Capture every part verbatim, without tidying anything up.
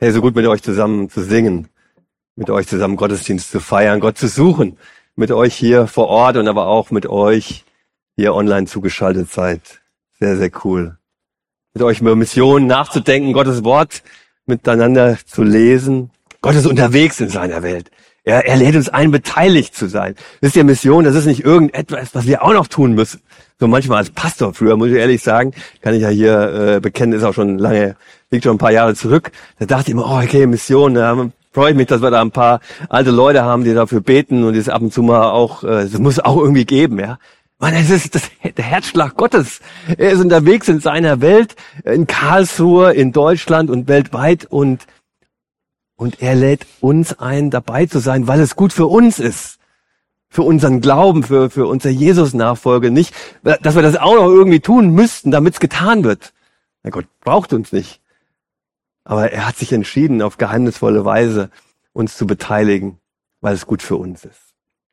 Hey, so gut mit euch zusammen zu singen, mit euch zusammen Gottesdienst zu feiern, Gott zu suchen, mit euch hier vor Ort und aber auch mit euch hier online zugeschaltet seid. Sehr, sehr cool. Mit euch über Missionen nachzudenken, Gottes Wort miteinander zu lesen. Gott ist unterwegs in seiner Welt. Er, er lädt uns ein, beteiligt zu sein. Wisst ihr, Mission, das ist nicht irgendetwas, was wir auch noch tun müssen. So manchmal als Pastor früher, muss ich ehrlich sagen, kann ich ja hier äh, bekennen, ist auch schon lange, liegt schon ein paar Jahre zurück. Da dachte ich immer, oh, okay, Mission, da freue ich mich, dass wir da ein paar alte Leute haben, die dafür beten und das ab und zu mal auch, äh, das muss auch irgendwie geben, ja. Mann, es ist das, der Herzschlag Gottes. Er ist unterwegs in seiner Welt, in Karlsruhe, in Deutschland und weltweit und Und er lädt uns ein, dabei zu sein, weil es gut für uns ist. Für unseren Glauben, für, für unsere Jesus-Nachfolge. Nicht, dass wir das auch noch irgendwie tun müssten, damit es getan wird. Na Gott braucht uns nicht. Aber er hat sich entschieden, auf geheimnisvolle Weise uns zu beteiligen, weil es gut für uns ist.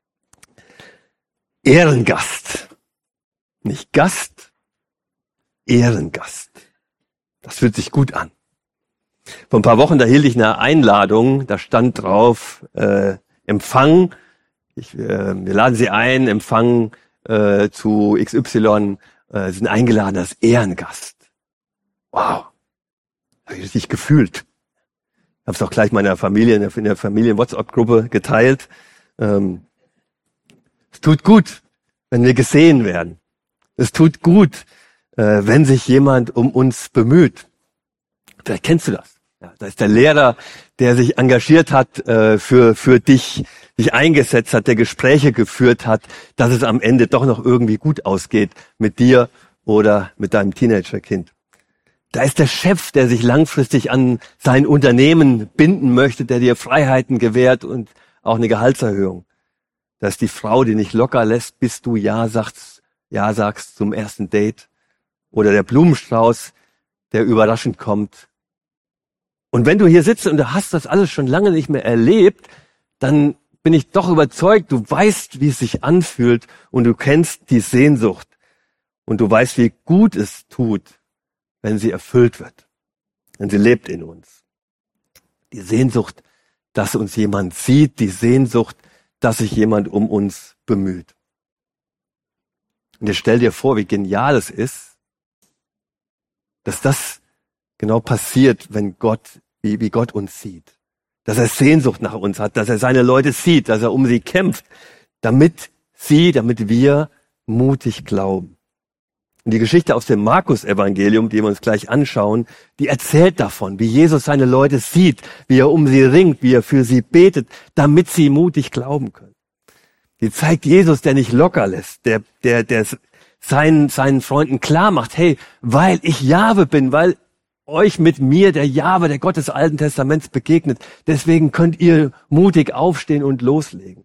Ehrengast. Nicht Gast, Ehrengast. Das fühlt sich gut an. Vor ein paar Wochen, da hielt ich eine Einladung, da stand drauf, äh, Empfang, ich, äh, wir laden Sie ein, Empfang äh, zu X Y, äh, sind eingeladen als Ehrengast. Wow, habe ich richtig gefühlt. Ich habe es auch gleich meiner Familie, in der, in der Familien-WhatsApp-Gruppe geteilt. Ähm, es tut gut, wenn wir gesehen werden. Es tut gut, äh, wenn sich jemand um uns bemüht. Vielleicht kennst du das. Ja, da ist der Lehrer, der sich engagiert hat äh, für für dich, dich eingesetzt hat, der Gespräche geführt hat, dass es am Ende doch noch irgendwie gut ausgeht mit dir oder mit deinem Teenagerkind. Da ist der Chef, der sich langfristig an sein Unternehmen binden möchte, der dir Freiheiten gewährt und auch eine Gehaltserhöhung. Da ist die Frau, die nicht locker lässt, bis du Ja sagst, Ja sagst zum ersten Date. Oder der Blumenstrauß, der überraschend kommt. Und wenn du hier sitzt und du hast das alles schon lange nicht mehr erlebt, dann bin ich doch überzeugt, du weißt, wie es sich anfühlt und du kennst die Sehnsucht und du weißt, wie gut es tut, wenn sie erfüllt wird, wenn sie lebt in uns. Die Sehnsucht, dass uns jemand sieht, die Sehnsucht, dass sich jemand um uns bemüht. Und jetzt stell dir vor, wie genial es ist, dass das genau passiert, wenn Gott, wie, wie Gott uns sieht. Dass er Sehnsucht nach uns hat, dass er seine Leute sieht, dass er um sie kämpft, damit sie, damit wir mutig glauben. Und die Geschichte aus dem Markus-Evangelium, die wir uns gleich anschauen, die erzählt davon, wie Jesus seine Leute sieht, wie er um sie ringt, wie er für sie betet, damit sie mutig glauben können. Die zeigt Jesus, der nicht locker lässt, der, der, der seinen, seinen Freunden klar macht, hey, weil ich Jahwe bin, weil euch mit mir der Jahwe, der Gott des Alten Testaments begegnet. Deswegen könnt ihr mutig aufstehen und loslegen.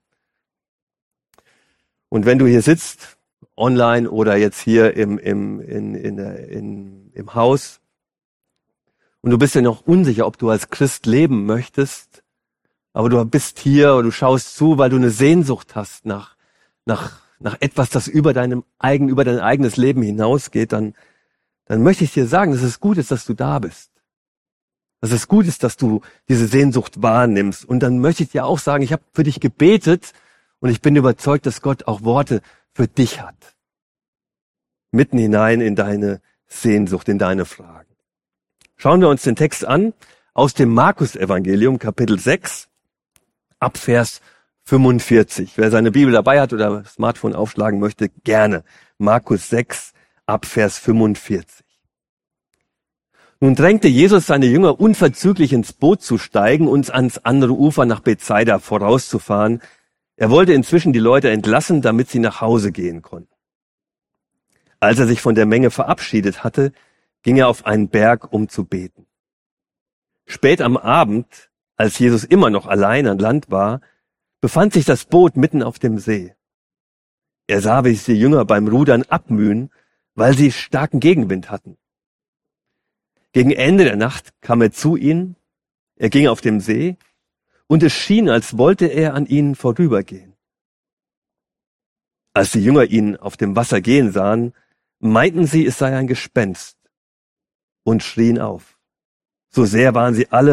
Und wenn du hier sitzt, online oder jetzt hier im, im, in, in, in, im Haus, und du bist ja noch unsicher, ob du als Christ leben möchtest, aber du bist hier und du schaust zu, weil du eine Sehnsucht hast nach, nach, nach etwas, das über deinem eigen, über dein eigenes Leben hinausgeht, dann dann möchte ich dir sagen, dass es gut ist, dass du da bist. Dass es gut ist, dass du diese Sehnsucht wahrnimmst. Und dann möchte ich dir auch sagen, ich habe für dich gebetet und ich bin überzeugt, dass Gott auch Worte für dich hat. Mitten hinein in deine Sehnsucht, in deine Fragen. Schauen wir uns den Text an aus dem Markus-Evangelium, Kapitel sechs, ab Vers fünfundvierzig. Wer seine Bibel dabei hat oder das Smartphone aufschlagen möchte, gerne. Markus sechs, ab Vers fünfundvierzig. Nun drängte Jesus seine Jünger unverzüglich ins Boot zu steigen und ans andere Ufer nach Bethsaida vorauszufahren. Er wollte inzwischen die Leute entlassen, damit sie nach Hause gehen konnten. Als er sich von der Menge verabschiedet hatte, ging er auf einen Berg, um zu beten. Spät am Abend, als Jesus immer noch allein an Land war, befand sich das Boot mitten auf dem See. Er sah, wie sich die Jünger beim Rudern abmühen, weil sie starken Gegenwind hatten. Gegen Ende der Nacht kam er zu ihnen, er ging auf dem See, und es schien, als wollte er an ihnen vorübergehen. Als die Jünger ihn auf dem Wasser gehen sahen, meinten sie, es sei ein Gespenst und schrien auf. So sehr waren sie alle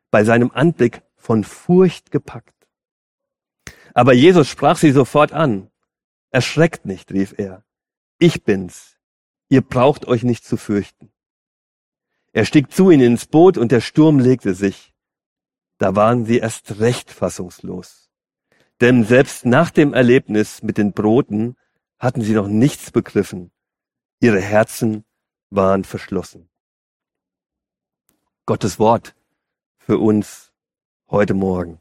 bei seinem Anblick von Furcht gepackt. Aber Jesus sprach sie sofort an. Erschreckt nicht, rief er. Ich bin's. Ihr braucht euch nicht zu fürchten. Er stieg zu ihnen ins Boot und der Sturm legte sich. Da waren sie erst recht fassungslos. Denn selbst nach dem Erlebnis mit den Broten hatten sie noch nichts begriffen. Ihre Herzen waren verschlossen. Gottes Wort für uns heute Morgen.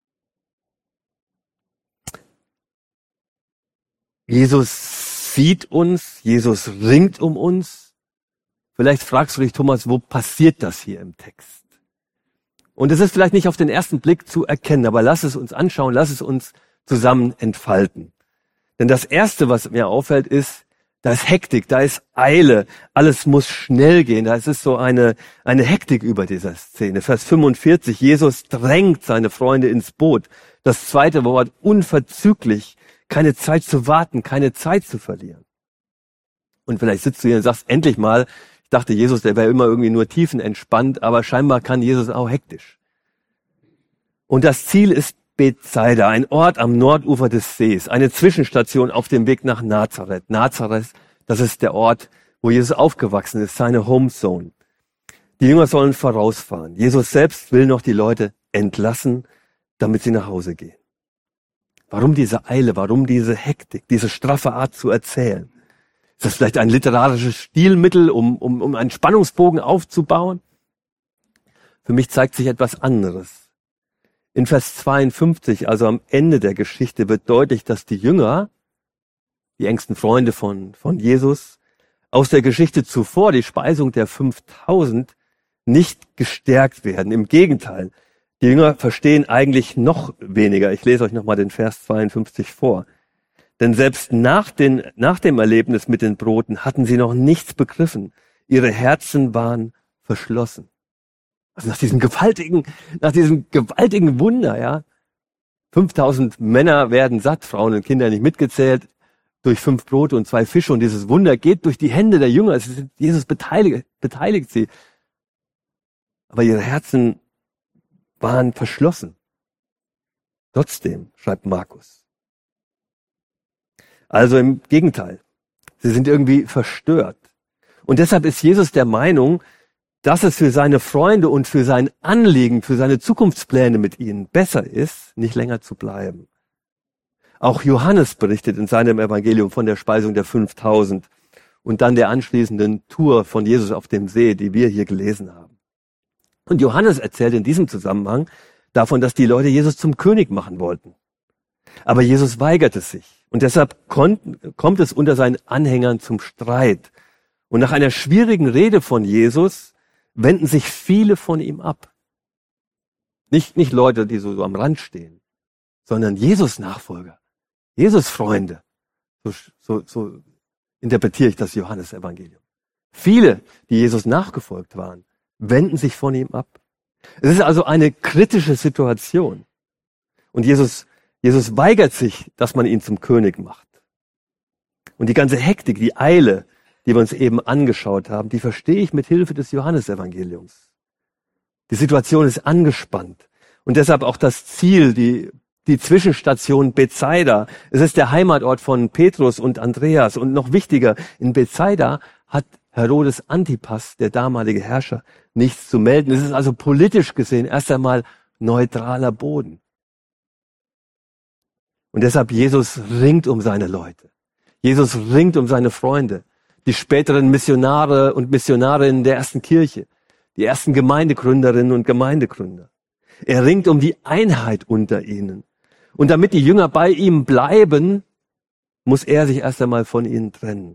Jesus sieht uns, Jesus ringt um uns. Vielleicht fragst du dich, Thomas, wo passiert das hier im Text? Und es ist vielleicht nicht auf den ersten Blick zu erkennen, aber lass es uns anschauen, lass es uns zusammen entfalten. Denn das Erste, was mir auffällt, ist, da ist Hektik, da ist Eile, alles muss schnell gehen, da ist so eine, eine Hektik über dieser Szene. Vers fünfundvierzig, Jesus drängt seine Freunde ins Boot. Das zweite Wort, unverzüglich, keine Zeit zu warten, keine Zeit zu verlieren. Und vielleicht sitzt du hier und sagst, endlich mal, ich dachte, Jesus, der wäre immer irgendwie nur tiefenentspannt, aber scheinbar kann Jesus auch hektisch. Und das Ziel ist Bethsaida, ein Ort am Nordufer des Sees, eine Zwischenstation auf dem Weg nach Nazareth. Nazareth, das ist der Ort, wo Jesus aufgewachsen ist, seine Homezone. Die Jünger sollen vorausfahren. Jesus selbst will noch die Leute entlassen, damit sie nach Hause gehen. Warum diese Eile, warum diese Hektik, diese straffe Art zu erzählen? Ist das vielleicht ein literarisches Stilmittel, um, um, um einen Spannungsbogen aufzubauen? Für mich zeigt sich etwas anderes. In Vers zweiundfünfzig, also am Ende der Geschichte, wird deutlich, dass die Jünger, die engsten Freunde von, von Jesus, aus der Geschichte zuvor, die Speisung der fünftausend, nicht gestärkt werden. Im Gegenteil, die Jünger verstehen eigentlich noch weniger. Ich lese euch nochmal den Vers zweiundfünfzig vor. Denn selbst nach, den, nach dem Erlebnis mit den Broten hatten sie noch nichts begriffen. Ihre Herzen waren verschlossen. Also nach diesem gewaltigen, nach diesem gewaltigen Wunder, ja. fünftausend Männer werden satt, Frauen und Kinder nicht mitgezählt, durch fünf Brote und zwei Fische. Und dieses Wunder geht durch die Hände der Jünger. Es ist, Jesus beteiligt, beteiligt sie. Aber ihre Herzen waren verschlossen. Trotzdem, schreibt Markus. Also im Gegenteil. Sie sind irgendwie verstört. Und deshalb ist Jesus der Meinung, dass es für seine Freunde und für sein Anliegen, für seine Zukunftspläne mit ihnen besser ist, nicht länger zu bleiben. Auch Johannes berichtet in seinem Evangelium von der Speisung der fünftausend und dann der anschließenden Tour von Jesus auf dem See, die wir hier gelesen haben. Und Johannes erzählt in diesem Zusammenhang davon, dass die Leute Jesus zum König machen wollten. Aber Jesus weigerte sich. Und deshalb kommt, kommt es unter seinen Anhängern zum Streit. Und nach einer schwierigen Rede von Jesus wenden sich viele von ihm ab. Nicht, nicht Leute, die so, so am Rand stehen, sondern Jesus-Nachfolger, Jesus-Freunde. So, so, so interpretiere ich das Johannes-Evangelium. Viele, die Jesus nachgefolgt waren, wenden sich von ihm ab. Es ist also eine kritische Situation. Und Jesus, Jesus weigert sich, dass man ihn zum König macht. Und die ganze Hektik, die Eile, die wir uns eben angeschaut haben, die verstehe ich mit Hilfe des Johannesevangeliums. Die Situation ist angespannt. Und deshalb auch das Ziel, die, die Zwischenstation Bethsaida. Es ist der Heimatort von Petrus und Andreas. Und noch wichtiger, in Bethsaida hat Herodes Antipas, der damalige Herrscher, nichts zu melden. Es ist also politisch gesehen erst einmal neutraler Boden. Und deshalb Jesus ringt um seine Leute. Jesus ringt um seine Freunde. Die späteren Missionare und Missionarinnen der ersten Kirche. Die ersten Gemeindegründerinnen und Gemeindegründer. Er ringt um die Einheit unter ihnen. Und damit die Jünger bei ihm bleiben, muss er sich erst einmal von ihnen trennen.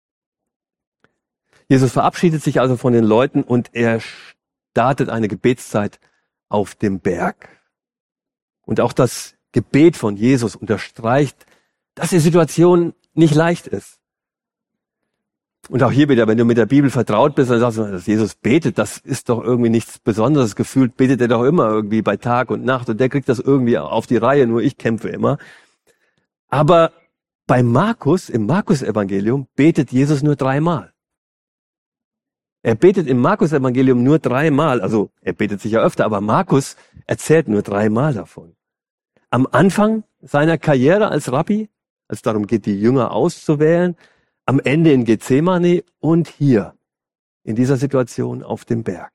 Jesus verabschiedet sich also von den Leuten und er startet eine Gebetszeit auf dem Berg. Und auch das Gebet von Jesus unterstreicht, dass die Situation nicht leicht ist. Und auch hier wieder, wenn du mit der Bibel vertraut bist, dann sagst du, dass Jesus betet, das ist doch irgendwie nichts Besonderes. Gefühlt betet er doch immer irgendwie bei Tag und Nacht und der kriegt das irgendwie auf die Reihe, nur ich kämpfe immer. Aber bei Markus, im Markus-Evangelium, betet Jesus nur dreimal. Er betet im Markus-Evangelium nur dreimal. Also er betet sicher öfter, aber Markus erzählt nur dreimal davon. Am Anfang seiner Karriere als Rabbi, als es darum geht, die Jünger auszuwählen, am Ende in Gethsemane und hier, in dieser Situation auf dem Berg.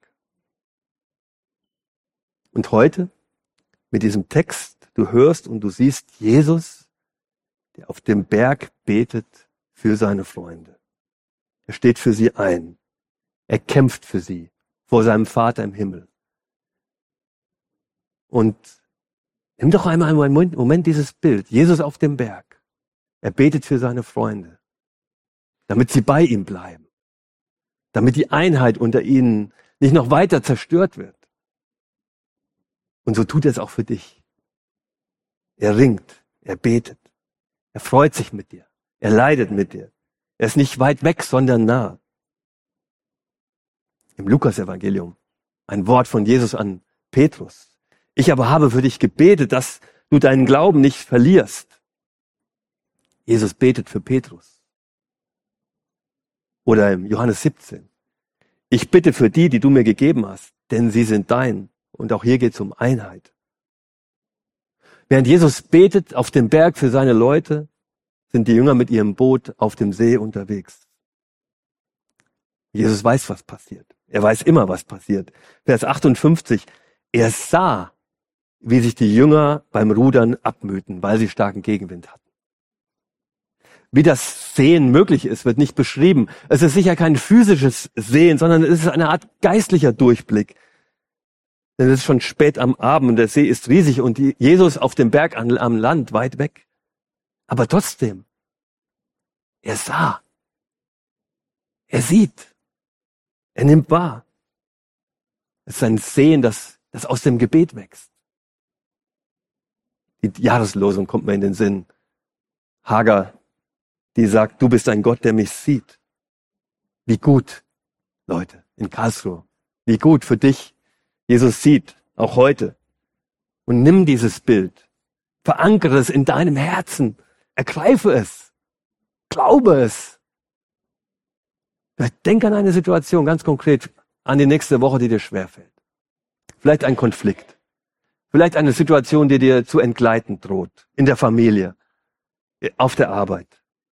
Und heute, mit diesem Text, du hörst und du siehst Jesus, der auf dem Berg betet für seine Freunde. Er steht für sie ein. Er kämpft für sie vor seinem Vater im Himmel. Und nimm doch einmal einen Moment, Moment dieses Bild. Jesus auf dem Berg. Er betet für seine Freunde, damit sie bei ihm bleiben, damit die Einheit unter ihnen nicht noch weiter zerstört wird. Und so tut er es auch für dich. Er ringt, er betet, er freut sich mit dir, er leidet mit dir. Er ist nicht weit weg, sondern nah. Im Lukas-Evangelium ein Wort von Jesus an Petrus. Ich aber habe für dich gebetet, dass du deinen Glauben nicht verlierst. Jesus betet für Petrus. Oder im Johannes siebzehn. Ich bitte für die, die du mir gegeben hast, denn sie sind dein. Und auch hier geht es um Einheit. Während Jesus betet auf dem Berg für seine Leute, sind die Jünger mit ihrem Boot auf dem See unterwegs. Jesus weiß, was passiert. Er weiß immer, was passiert. Vers achtundfünfzig. Er sah, wie sich die Jünger beim Rudern abmühten, weil sie starken Gegenwind hatten. Wie das Sehen möglich ist, wird nicht beschrieben. Es ist sicher kein physisches Sehen, sondern es ist eine Art geistlicher Durchblick. Denn es ist schon spät am Abend und der See ist riesig und die Jesus auf dem Berg am Land, weit weg. Aber trotzdem, er sah, er sieht, er nimmt wahr. Es ist ein Sehen, das, das aus dem Gebet wächst. Die Jahreslosung kommt mir in den Sinn. Hagar, die sagt, du bist ein Gott, der mich sieht. Wie gut, Leute, in Karlsruhe, wie gut für dich Jesus sieht, auch heute. Und nimm dieses Bild, verankere es in deinem Herzen, ergreife es, glaube es. Denk an eine Situation, ganz konkret, an die nächste Woche, die dir schwerfällt. Vielleicht ein Konflikt, vielleicht eine Situation, die dir zu entgleiten droht, in der Familie, auf der Arbeit.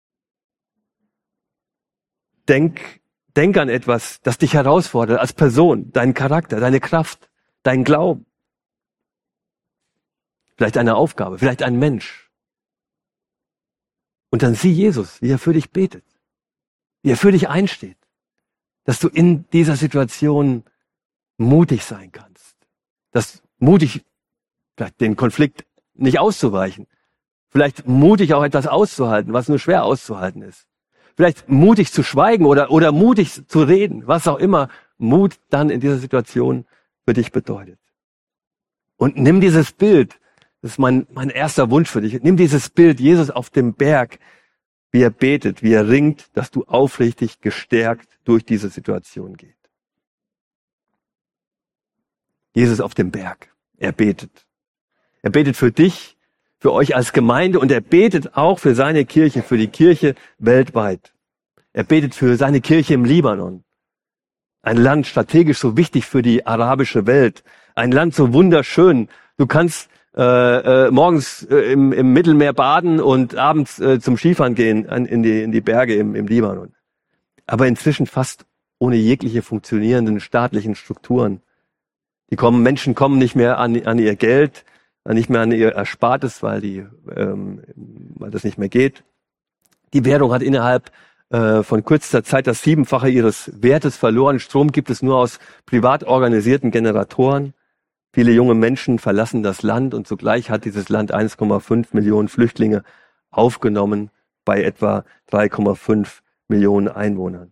Denk, denk an etwas, das dich herausfordert als Person, deinen Charakter, deine Kraft, deinen Glauben. Vielleicht eine Aufgabe, vielleicht ein Mensch. Und dann sieh Jesus, wie er für dich betet, wie er für dich einsteht, dass du in dieser Situation mutig sein kannst, dass mutig, vielleicht den Konflikt nicht auszuweichen, vielleicht mutig auch etwas auszuhalten, was nur schwer auszuhalten ist. Vielleicht mutig zu schweigen oder, oder mutig zu reden, was auch immer Mut dann in dieser Situation für dich bedeutet. Und nimm dieses Bild, das ist mein, mein erster Wunsch für dich, nimm dieses Bild, Jesus auf dem Berg, wie er betet, wie er ringt, dass du aufrichtig gestärkt durch diese Situation geht. Jesus auf dem Berg, er betet. Er betet für dich, für euch als Gemeinde und er betet auch für seine Kirche, für die Kirche weltweit. Er betet für seine Kirche im Libanon. Ein Land strategisch so wichtig für die arabische Welt. Ein Land so wunderschön. Du kannst äh, äh, morgens äh, im, im Mittelmeer baden und abends äh, zum Skifahren gehen an, in, die, in die Berge im, im Libanon. Aber inzwischen fast ohne jegliche funktionierenden staatlichen Strukturen. Die kommen, Menschen kommen nicht mehr an, an ihr Geld, nicht mehr an ihr Erspartes, weil die, ähm, weil das nicht mehr geht. Die Währung hat innerhalb äh, von kürzester Zeit das Siebenfache ihres Wertes verloren. Strom gibt es nur aus privat organisierten Generatoren. Viele junge Menschen verlassen das Land und zugleich hat dieses Land eins Komma fünf Millionen Flüchtlinge aufgenommen bei etwa drei Komma fünf Millionen Einwohnern.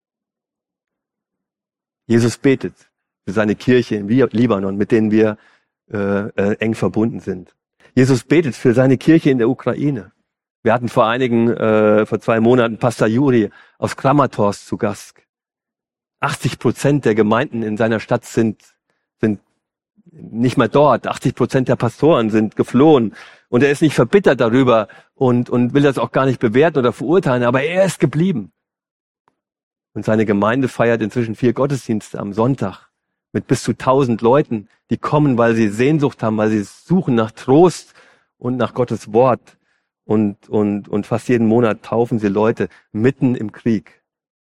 Jesus betet für seine Kirche im Libanon, mit denen wir äh, äh, eng verbunden sind. Jesus betet für seine Kirche in der Ukraine. Wir hatten vor einigen, äh, vor zwei Monaten Pastor Juri aus Kramatorsk zu Gast. achtzig Prozent der Gemeinden in seiner Stadt sind, sind nicht mehr dort. achtzig Prozent der Pastoren sind geflohen. Und er ist nicht verbittert darüber und, und will das auch gar nicht bewerten oder verurteilen, aber er ist geblieben. Und seine Gemeinde feiert inzwischen vier Gottesdienste am Sonntag mit bis zu tausend Leuten, die kommen, weil sie Sehnsucht haben, weil sie suchen nach Trost und nach Gottes Wort. Und, und, und fast jeden Monat taufen sie Leute mitten im Krieg.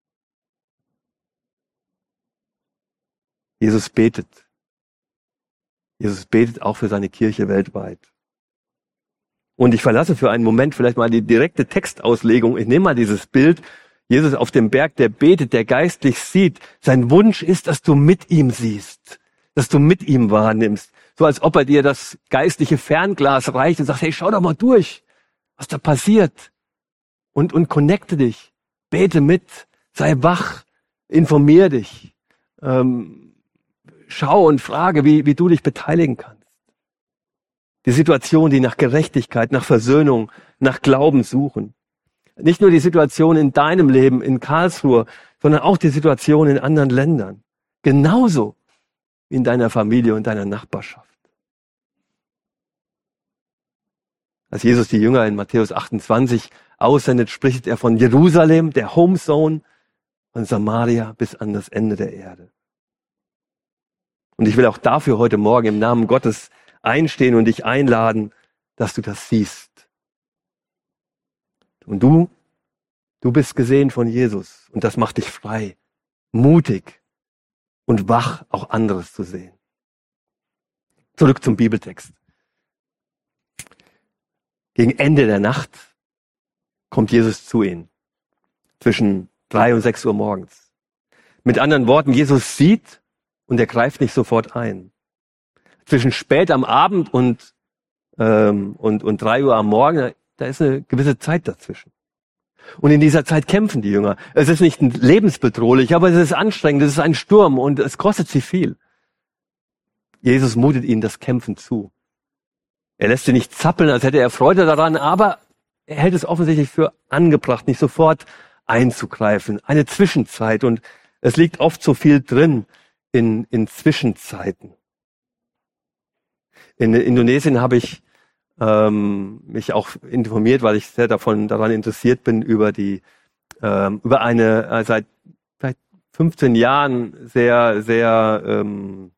Jesus betet. Jesus betet auch für seine Kirche weltweit. Und ich verlasse für einen Moment vielleicht mal die direkte Textauslegung. Ich nehme mal dieses Bild. Jesus auf dem Berg, der betet, der geistlich sieht. Sein Wunsch ist, dass du mit ihm siehst, dass du mit ihm wahrnimmst. So als ob er dir das geistliche Fernglas reicht und sagt, hey, schau doch mal durch, was da passiert. Und, und connecte dich. Bete mit. Sei wach. Informier dich. Ähm, Schau und frage, wie, wie du dich beteiligen kannst. Die Situation, die nach Gerechtigkeit, nach Versöhnung, nach Glauben suchen. Nicht nur die Situation in deinem Leben in Karlsruhe, sondern auch die Situation in anderen Ländern. Genauso wie in deiner Familie und deiner Nachbarschaft. Als Jesus die Jünger in Matthäus achtundzwanzig aussendet, spricht er von Jerusalem, der Homezone, von Samaria bis an das Ende der Erde. Und ich will auch dafür heute Morgen im Namen Gottes einstehen und dich einladen, dass du das siehst. Und du, du bist gesehen von Jesus und das macht dich frei, mutig und wach, auch anderes zu sehen. Zurück zum Bibeltext. Gegen Ende der Nacht kommt Jesus zu ihnen, zwischen drei und sechs Uhr morgens. Mit anderen Worten, Jesus sieht, und er greift nicht sofort ein. Zwischen spät am Abend und, ähm, und, und drei Uhr am Morgen, da ist eine gewisse Zeit dazwischen. Und in dieser Zeit kämpfen die Jünger. Es ist nicht lebensbedrohlich, aber es ist anstrengend, es ist ein Sturm und es kostet sie viel. Jesus mutet ihnen das Kämpfen zu. Er lässt sie nicht zappeln, als hätte er Freude daran, aber er hält es offensichtlich für angebracht, nicht sofort einzugreifen. Eine Zwischenzeit und es liegt oft so viel drin, In, in Zwischenzeiten. In Indonesien habe ich ähm, mich auch informiert, weil ich sehr davon daran interessiert bin, über die ähm, über eine äh, seit vielleicht fünfzehn Jahren sehr sehr ähm,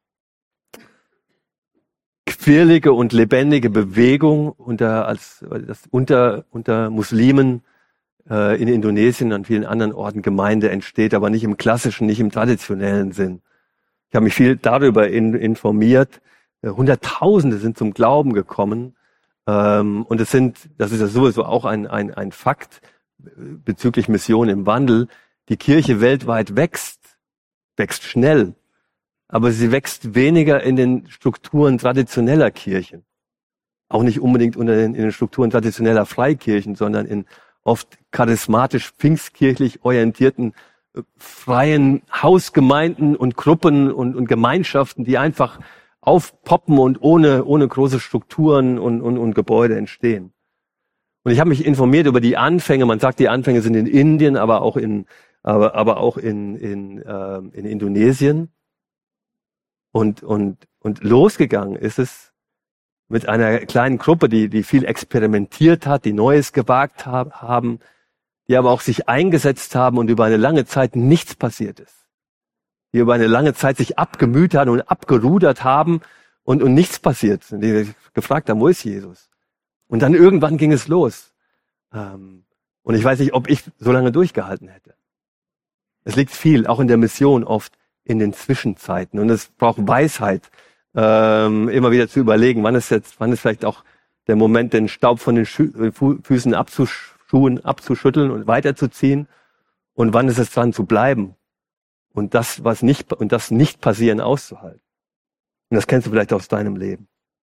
quirlige und lebendige Bewegung unter als das unter unter Muslimen äh, in Indonesien und an vielen anderen Orten Gemeinde entsteht, aber nicht im klassischen, nicht im traditionellen Sinn. Ich habe mich viel darüber in, informiert. Hunderttausende sind zum Glauben gekommen. Ähm, und es sind, das ist ja sowieso auch ein, ein, ein Fakt bezüglich Mission im Wandel. Die Kirche weltweit wächst, wächst schnell. Aber sie wächst weniger in den Strukturen traditioneller Kirchen. Auch nicht unbedingt unter den, in den Strukturen traditioneller Freikirchen, sondern in oft charismatisch pfingstkirchlich orientierten freien Hausgemeinden und Gruppen und, und Gemeinschaften, die einfach aufpoppen und ohne, ohne große Strukturen und, und, und Gebäude entstehen. Und ich habe mich informiert über die Anfänge. Man sagt, die Anfänge sind in Indien, aber auch in, aber, aber auch in, in, äh, in Indonesien. Und, und, und losgegangen ist es mit einer kleinen Gruppe, die, die viel experimentiert hat, die Neues gewagt hab, haben, die aber auch sich eingesetzt haben und über eine lange Zeit nichts passiert ist. Die über eine lange Zeit sich abgemüht haben und abgerudert haben und, und nichts passiert. Und die gefragt haben, wo ist Jesus? Und dann irgendwann ging es los. Ähm, und ich weiß nicht, ob ich so lange durchgehalten hätte. Es liegt viel, auch in der Mission oft, in den Zwischenzeiten. Und es braucht Weisheit, ähm, immer wieder zu überlegen, wann ist jetzt, wann ist vielleicht auch der Moment, den Staub von den Schü- Füßen abzusch Schuhen abzuschütteln und weiterzuziehen und wann ist es dran zu bleiben und das was nicht und das nicht passieren auszuhalten. Und das kennst du vielleicht aus deinem Leben.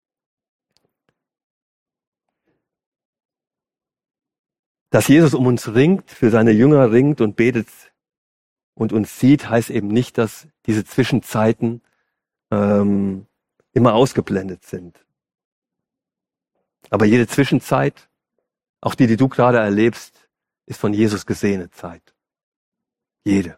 Dass Jesus um uns ringt, für seine Jünger ringt und betet und uns sieht, heißt eben nicht, dass diese Zwischenzeiten ähm, immer ausgeblendet sind. Aber jede Zwischenzeit, auch die, die du gerade erlebst, ist von Jesus gesehene Zeit. Jede.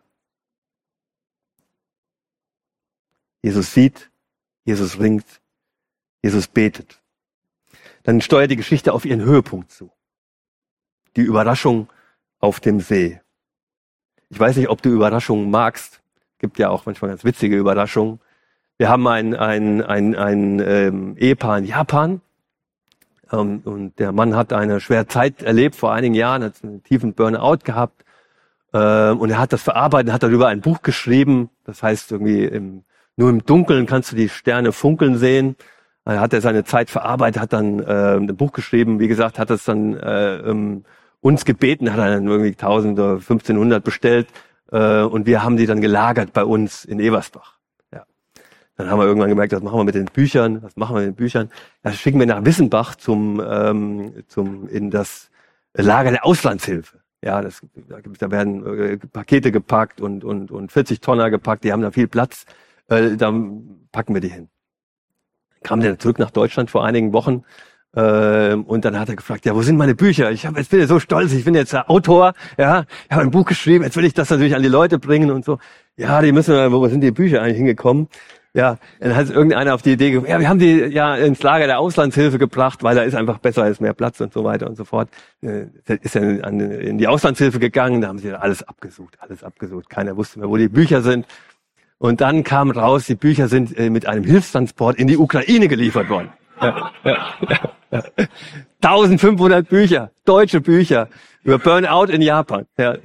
Jesus sieht, Jesus ringt, Jesus betet. Dann steuert die Geschichte auf ihren Höhepunkt zu. Die Überraschung auf dem See. Ich weiß nicht, ob du Überraschungen magst. Gibt ja auch manchmal ganz witzige Überraschungen. Wir haben ein, ein, ein, ein ähm, Ehepaar in Japan. Ähm, und der Mann hat eine schwere Zeit erlebt vor einigen Jahren, hat einen tiefen Burnout gehabt. Ähm, und er hat das verarbeitet, hat darüber ein Buch geschrieben. Das heißt irgendwie, im, nur im Dunkeln kannst du die Sterne funkeln sehen. Da hat er seine Zeit verarbeitet, hat dann äh, ein Buch geschrieben. Wie gesagt, hat es dann äh, ähm, uns gebeten, hat er dann irgendwie tausend oder fünfzehnhundert bestellt. Äh, und wir haben die dann gelagert bei uns in Eversbach. Ja. Dann haben wir irgendwann gemerkt, was machen wir mit den Büchern? Was machen wir mit den Büchern? Das schicken wir nach Wissenbach zum, ähm, zum, in das Lager der Auslandshilfe. Ja, das, da, gibt's, da werden äh, Pakete gepackt und, und, und vierzig Tonner gepackt. Die haben da viel Platz. Äh, da packen wir die hin. Kam der zurück nach Deutschland vor einigen Wochen äh, und dann hat er gefragt, ja, wo sind meine Bücher? Ich hab, jetzt bin ich so stolz, ich bin jetzt der Autor, ja, ich habe ein Buch geschrieben, jetzt will ich das natürlich an die Leute bringen und so. Ja, die müssen, wo sind die Bücher eigentlich hingekommen? Ja, dann hat irgendeiner auf die Idee gekommen, ja, wir haben die ja ins Lager der Auslandshilfe gebracht, weil da ist einfach besser, ist mehr Platz und so weiter und so fort. Äh, ist er an, in die Auslandshilfe gegangen, da haben sie alles abgesucht, alles abgesucht. Keiner wusste mehr, wo die Bücher sind. Und dann kam raus, die Bücher sind äh, mit einem Hilfstransport in die Ukraine geliefert worden. Ja, ja, ja, ja. eintausendfünfhundert Bücher, deutsche Bücher über Burnout in Japan. Ja.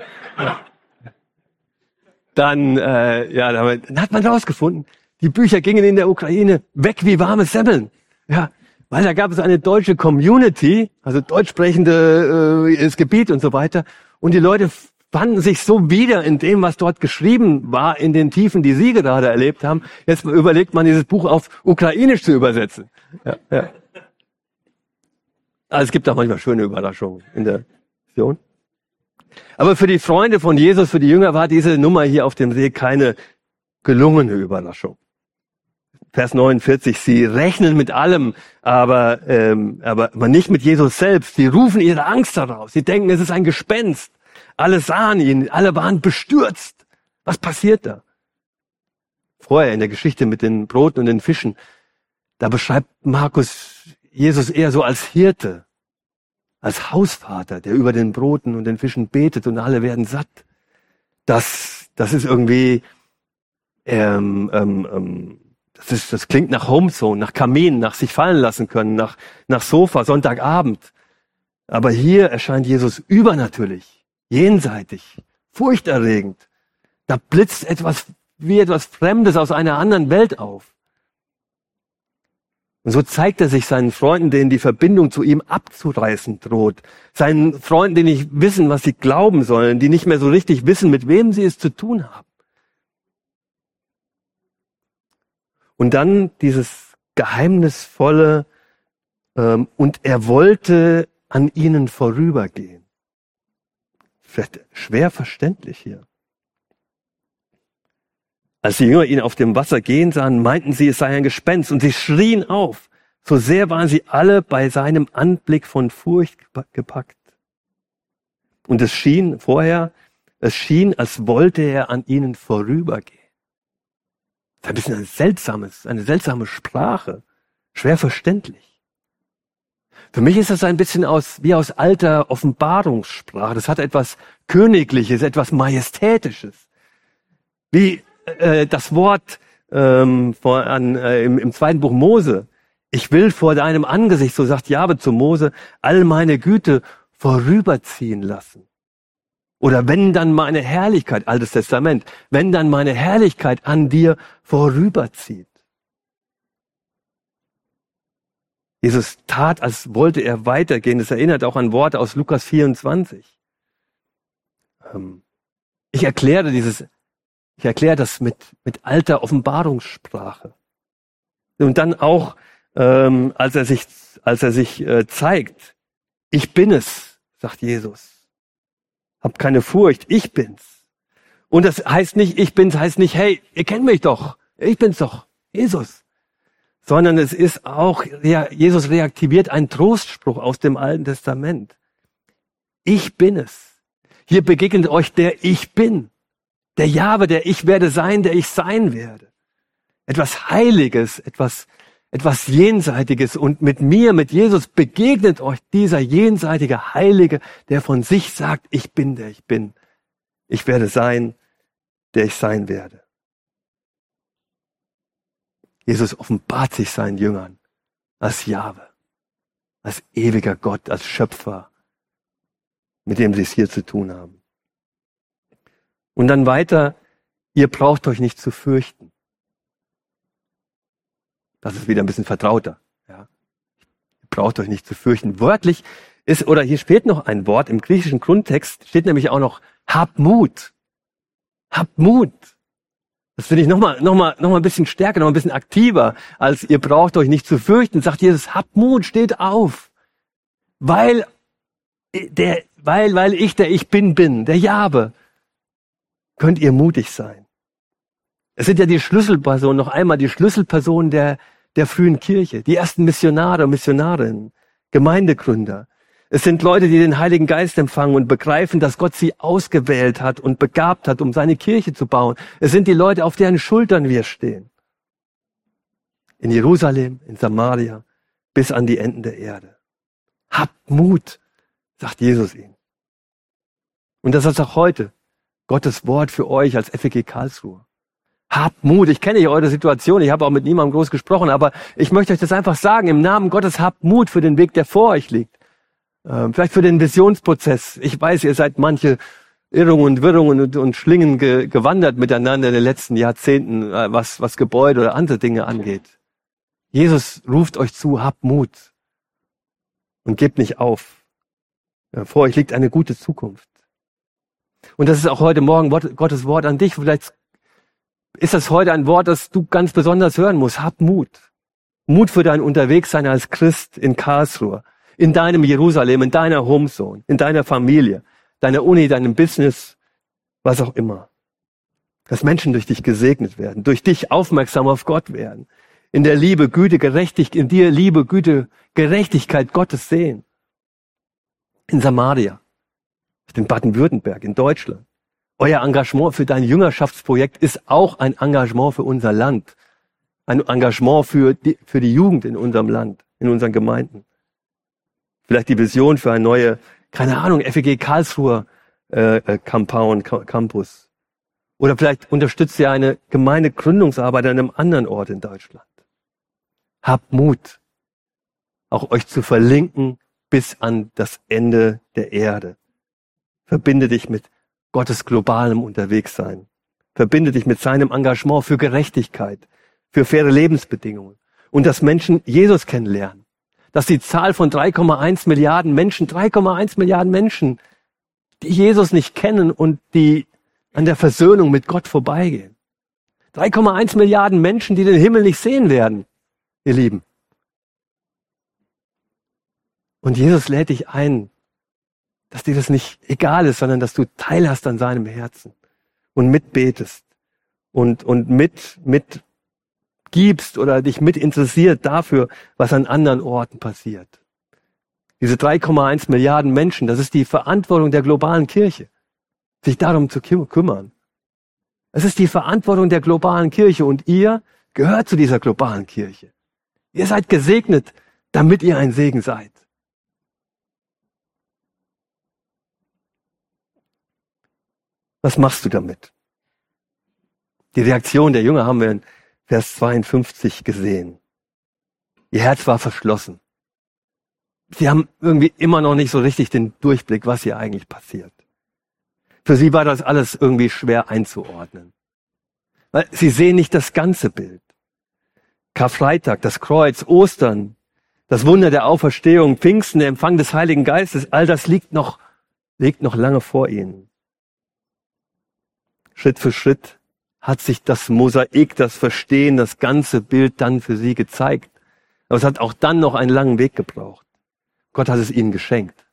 Dann, äh, ja, dann hat man rausgefunden, die Bücher gingen in der Ukraine weg wie warme Semmeln. Ja, weil da gab es eine deutsche Community, also deutschsprechende äh, das Gebiet und so weiter. Und die Leute fanden sich so wieder in dem, was dort geschrieben war, in den Tiefen, die sie gerade erlebt haben. Jetzt überlegt man, dieses Buch auf Ukrainisch zu übersetzen. Ja, ja. Also es gibt auch manchmal schöne Überraschungen in der Vision. Aber für die Freunde von Jesus, für die Jünger, war diese Nummer hier auf dem See keine gelungene Überraschung. Vers neunundvierzig, sie rechnen mit allem, aber, ähm, aber, aber nicht mit Jesus selbst. Sie rufen ihre Angst heraus. Sie denken, es ist ein Gespenst. Alle sahen ihn, alle waren bestürzt. Was passiert da? Vorher in der Geschichte mit den Broten und den Fischen, da beschreibt Markus Jesus eher so als Hirte, als Hausvater, der über den Broten und den Fischen betet und alle werden satt. Das, das ist irgendwie, ähm, ähm, ähm, das ist, das klingt nach Homezone, nach Kamin, nach sich fallen lassen können, nach, nach Sofa, Sonntagabend. Aber hier erscheint Jesus übernatürlich, jenseitig, furchterregend. Da blitzt etwas wie etwas Fremdes aus einer anderen Welt auf. Und so zeigt er sich seinen Freunden, denen die Verbindung zu ihm abzureißen droht. Seinen Freunden, die nicht wissen, was sie glauben sollen, die nicht mehr so richtig wissen, mit wem sie es zu tun haben. Und dann dieses geheimnisvolle, ähm, und er wollte an ihnen vorübergehen. Vielleicht schwer verständlich hier. Als die Jünger ihn auf dem Wasser gehen sahen, meinten sie, es sei ein Gespenst, und sie schrien auf. So sehr waren sie alle bei seinem Anblick von Furcht gepackt. Und es schien vorher, es schien, als wollte er an ihnen vorübergehen. Das ist ein bisschen ein seltsames, eine seltsame Sprache, schwer verständlich. Für mich ist das ein bisschen aus, wie aus alter Offenbarungssprache. Das hat etwas Königliches, etwas Majestätisches. Wie äh, das Wort ähm, vor, an, äh, im, im zweiten Buch Mose. Ich will vor deinem Angesicht, so sagt Jahwe zu Mose, all meine Güte vorüberziehen lassen. Oder wenn dann meine Herrlichkeit, Altes Testament, wenn dann meine Herrlichkeit an dir vorüberzieht. Jesus tat, als wollte er weitergehen. Das erinnert auch an Worte aus Lukas vierundzwanzig. Ähm, ich erkläre dieses, ich erkläre das mit, mit alter Offenbarungssprache. Und dann auch, ähm, als er sich, als er sich äh, zeigt, ich bin es, sagt Jesus. Hab keine Furcht, ich bin's. Und das heißt nicht, ich bin's, heißt nicht, hey, ihr kennt mich doch, ich bin's doch, Jesus. Sondern es ist auch, ja, Jesus reaktiviert einen Trostspruch aus dem Alten Testament. Ich bin es. Hier begegnet euch der Ich Bin. Der Jahwe, der ich werde sein, der ich sein werde. Etwas Heiliges, etwas, etwas Jenseitiges. Und mit mir, mit Jesus begegnet euch dieser jenseitige Heilige, der von sich sagt, ich bin der ich bin. Ich werde sein, der ich sein werde. Jesus offenbart sich seinen Jüngern als Jahwe, als ewiger Gott, als Schöpfer, mit dem sie es hier zu tun haben. Und dann weiter, ihr braucht euch nicht zu fürchten. Das ist wieder ein bisschen vertrauter. Ja. Ihr braucht euch nicht zu fürchten. Wörtlich ist, oder hier steht noch ein Wort, im griechischen Grundtext steht nämlich auch noch, habt Mut. Habt Mut. Das finde ich nochmal, nochmal, nochmal ein bisschen stärker, noch ein bisschen aktiver, als ihr braucht euch nicht zu fürchten. Sagt Jesus, habt Mut, steht auf. Weil, der, weil, weil ich der Ich Bin bin, der Jahwe, könnt ihr mutig sein. Es sind ja die Schlüsselpersonen, noch einmal die Schlüsselpersonen der, der frühen Kirche, die ersten Missionare und Missionarinnen, Gemeindegründer. Es sind Leute, die den Heiligen Geist empfangen und begreifen, dass Gott sie ausgewählt hat und begabt hat, um seine Kirche zu bauen. Es sind die Leute, auf deren Schultern wir stehen. In Jerusalem, in Samaria, bis an die Enden der Erde. Habt Mut, sagt Jesus ihnen. Und das ist auch heute Gottes Wort für euch als F E G Karlsruhe. Habt Mut. Ich kenne ja eure Situation. Ich habe auch mit niemandem groß gesprochen, aber ich möchte euch das einfach sagen. Im Namen Gottes habt Mut für den Weg, der vor euch liegt. Ähm, vielleicht für den Visionsprozess. Ich weiß, ihr seid manche Irrungen und Wirrungen und, und Schlingen ge, gewandert miteinander in den letzten Jahrzehnten, äh, was, was Gebäude oder andere Dinge angeht. Jesus ruft euch zu, habt Mut und gebt nicht auf. Ja, vor euch liegt eine gute Zukunft. Und das ist auch heute Morgen Gottes Wort an dich. Vielleicht ist das heute ein Wort, das du ganz besonders hören musst. Hab Mut. Mut für dein Unterwegssein als Christ in Karlsruhe, in deinem Jerusalem, in deiner Homezone, in deiner Familie, deiner Uni, deinem Business, was auch immer. Dass Menschen durch dich gesegnet werden, durch dich aufmerksam auf Gott werden, in der Liebe, Güte, Gerechtigkeit, in dir Liebe, Güte, Gerechtigkeit Gottes sehen. In Samaria, in Baden-Württemberg, in Deutschland. Euer Engagement für dein Jüngerschaftsprojekt ist auch ein Engagement für unser Land. Ein Engagement für die, für die Jugend in unserem Land, in unseren Gemeinden. Vielleicht die Vision für ein neue, keine Ahnung, F E G Karlsruher äh, Compound, Campus. Oder vielleicht unterstützt ihr eine Gemeindegründungsarbeit an einem anderen Ort in Deutschland. Habt Mut, auch euch zu verlinken bis an das Ende der Erde. Verbinde dich mit Gottes globalem Unterwegssein. Verbinde dich mit seinem Engagement für Gerechtigkeit, für faire Lebensbedingungen. Und dass Menschen Jesus kennenlernen. Dass die Zahl von drei Komma eins Milliarden Menschen, drei Komma eins Milliarden Menschen, die Jesus nicht kennen und die an der Versöhnung mit Gott vorbeigehen. drei Komma eins Milliarden Menschen, die den Himmel nicht sehen werden, ihr Lieben. Und Jesus lädt dich ein, dass dir das nicht egal ist, sondern dass du teilhast an seinem Herzen und mitbetest und, und mit, mit gibst oder dich mit interessiert dafür, was an anderen Orten passiert. Diese drei Komma eins Milliarden Menschen, das ist die Verantwortung der globalen Kirche, sich darum zu kümmern. Es ist die Verantwortung der globalen Kirche und ihr gehört zu dieser globalen Kirche. Ihr seid gesegnet, damit ihr ein Segen seid. Was machst du damit? Die Reaktion der Jünger haben wir in Vers zweiundfünfzig gesehen. Ihr Herz war verschlossen. Sie haben irgendwie immer noch nicht so richtig den Durchblick, was hier eigentlich passiert. Für sie war das alles irgendwie schwer einzuordnen. Weil sie sehen nicht das ganze Bild. Karfreitag, das Kreuz, Ostern, das Wunder der Auferstehung, Pfingsten, der Empfang des Heiligen Geistes, all das liegt noch, liegt noch lange vor ihnen. Schritt für Schritt hat sich das Mosaik, das Verstehen, das ganze Bild dann für sie gezeigt. Aber es hat auch dann noch einen langen Weg gebraucht. Gott hat es ihnen geschenkt.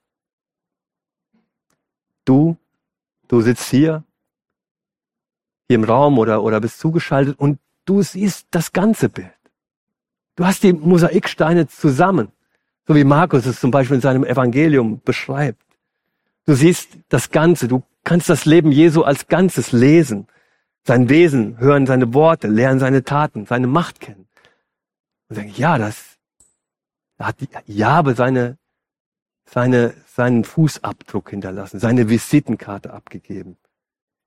Du, du sitzt hier, hier im Raum oder, oder bist zugeschaltet und du siehst das ganze Bild. Du hast die Mosaiksteine zusammen, so wie Markus es zum Beispiel in seinem Evangelium beschreibt. Du siehst das Ganze, du kannst das Leben Jesu als Ganzes lesen, sein Wesen, hören seine Worte, lernen seine Taten, seine Macht kennen. Und sagen, ja, das, da hat Jahwe seine, seine, seinen Fußabdruck hinterlassen, seine Visitenkarte abgegeben.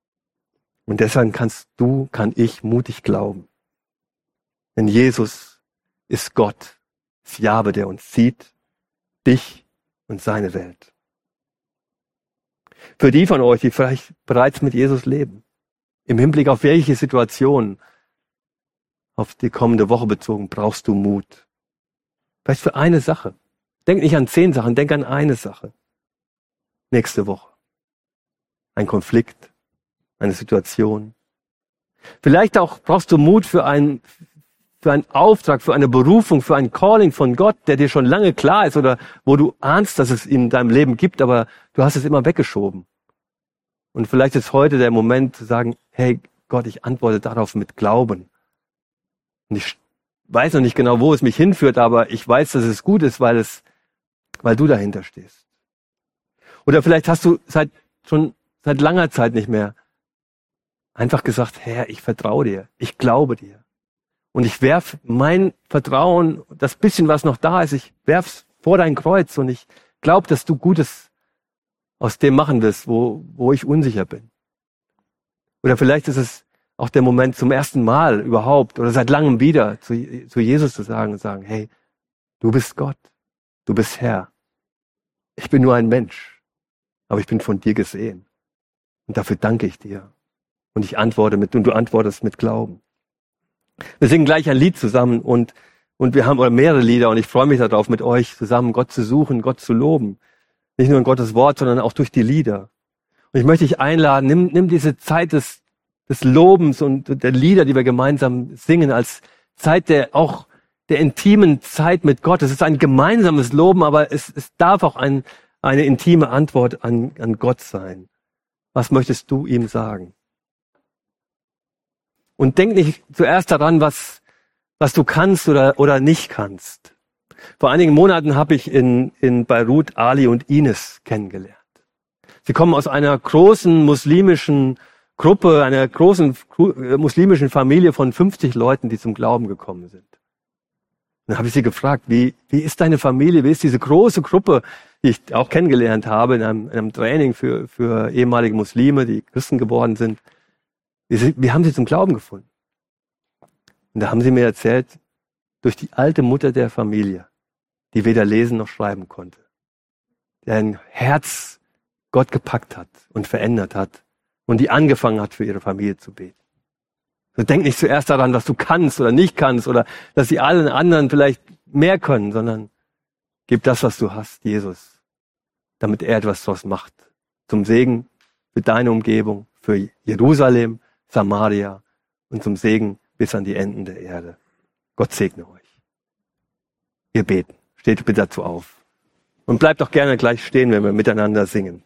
Und deshalb kannst du, kann ich mutig glauben. Denn Jesus ist Gott, ist Jahwe, der uns sieht, dich und seine Welt. Für die von euch, die vielleicht bereits mit Jesus leben, im Hinblick auf welche Situation, auf die kommende Woche bezogen, brauchst du Mut. Vielleicht für eine Sache. Denk nicht an zehn Sachen, denk an eine Sache. Nächste Woche. Ein Konflikt, eine Situation. Vielleicht auch brauchst du Mut für einen, für einen Auftrag, für eine Berufung, für ein Calling von Gott, der dir schon lange klar ist oder wo du ahnst, dass es in deinem Leben gibt, aber du hast es immer weggeschoben. Und vielleicht ist heute der Moment zu sagen, hey Gott, ich antworte darauf mit Glauben. Und ich weiß noch nicht genau, wo es mich hinführt, aber ich weiß, dass es gut ist, weil es, weil du dahinter stehst. Oder vielleicht hast du seit, schon seit langer Zeit nicht mehr einfach gesagt, Herr, ich vertraue dir, ich glaube dir. Und ich werf mein Vertrauen, das bisschen, was noch da ist, ich werf's vor dein Kreuz und ich glaube, dass du Gutes aus dem machen wirst, wo, wo ich unsicher bin. Oder vielleicht ist es auch der Moment zum ersten Mal überhaupt oder seit langem wieder zu, zu Jesus zu sagen und sagen, hey, du bist Gott, du bist Herr. Ich bin nur ein Mensch, aber ich bin von dir gesehen. Und dafür danke ich dir. Und ich antworte mit, und du antwortest mit Glauben. Wir singen gleich ein Lied zusammen und, und wir haben oder mehrere Lieder und ich freue mich darauf, mit euch zusammen Gott zu suchen, Gott zu loben. Nicht nur in Gottes Wort, sondern auch durch die Lieder. Und ich möchte dich einladen, nimm, nimm diese Zeit des, des Lobens und der Lieder, die wir gemeinsam singen, als Zeit der auch der intimen Zeit mit Gott. Es ist ein gemeinsames Loben, aber es, es darf auch ein, eine intime Antwort an, an Gott sein. Was möchtest du ihm sagen? Und denk nicht zuerst daran, was, was du kannst oder, oder nicht kannst. Vor einigen Monaten habe ich in, in Beirut Ali und Ines kennengelernt. Sie kommen aus einer großen muslimischen Gruppe, einer großen muslimischen Familie von fünfzig Leuten, die zum Glauben gekommen sind. Dann habe ich sie gefragt, wie, wie ist deine Familie, wie ist diese große Gruppe, die ich auch kennengelernt habe in einem, in einem Training für, für ehemalige Muslime, die Christen geworden sind. Wie, wie haben sie zum Glauben gefunden? Und da haben sie mir erzählt, durch die alte Mutter der Familie, die weder lesen noch schreiben konnte, deren Herz Gott gepackt hat und verändert hat und die angefangen hat, für ihre Familie zu beten. So, denk nicht zuerst daran, was du kannst oder nicht kannst oder dass die allen anderen vielleicht mehr können, sondern gib das, was du hast, Jesus, damit er etwas draus macht. Zum Segen für deine Umgebung, für Jerusalem, Samaria und zum Segen bis an die Enden der Erde. Gott segne euch. Wir beten. Steht bitte dazu auf. Und bleibt doch gerne gleich stehen, wenn wir miteinander singen.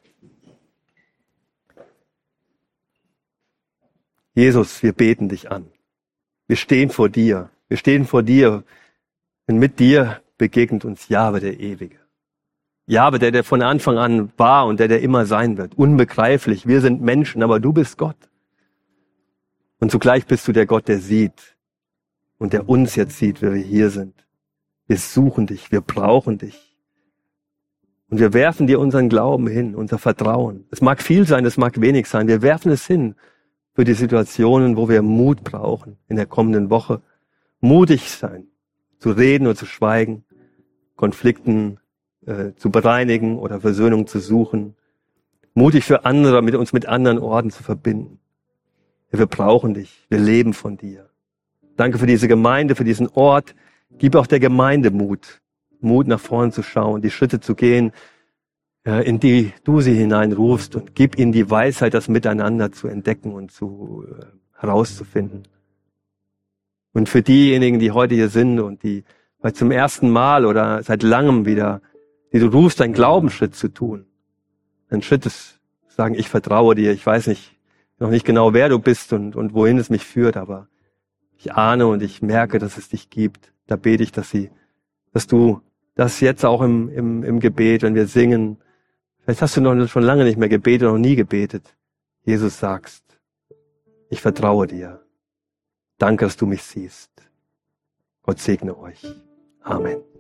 Jesus, wir beten dich an. Wir stehen vor dir. Wir stehen vor dir. Und mit dir begegnet uns Jahwe, der Ewige. Jahwe, der, der von Anfang an war und der, der immer sein wird. Unbegreiflich. Wir sind Menschen, aber du bist Gott. Und zugleich bist du der Gott, der sieht. Und der uns jetzt sieht, wie wir hier sind. Wir suchen dich. Wir brauchen dich. Und wir werfen dir unseren Glauben hin, unser Vertrauen. Es mag viel sein, es mag wenig sein. Wir werfen es hin für die Situationen, wo wir Mut brauchen in der kommenden Woche. Mutig sein, zu reden oder zu schweigen, Konflikten äh, zu bereinigen oder Versöhnung zu suchen. Mutig für andere, mit uns mit anderen Orten zu verbinden. Ja, wir brauchen dich, wir leben von dir. Danke für diese Gemeinde, für diesen Ort. Gib auch der Gemeinde Mut. Mut, nach vorne zu schauen, die Schritte zu gehen, in die du sie hineinrufst und gib ihnen die Weisheit, das Miteinander zu entdecken und zu äh, herauszufinden. Und für diejenigen, die heute hier sind und die vielleicht zum ersten Mal oder seit langem wieder, die du rufst, einen Glaubensschritt zu tun. Ein Schritt ist, sagen, ich vertraue dir, ich weiß nicht, noch nicht genau, wer du bist und, und wohin es mich führt, aber ich ahne und ich merke, dass es dich gibt. Da bete ich, dass sie, dass du das jetzt auch im, im, im Gebet, wenn wir singen, vielleicht hast du noch schon lange nicht mehr gebetet, noch nie gebetet. Jesus sagst, ich vertraue dir. Danke, dass du mich siehst. Gott segne euch. Amen.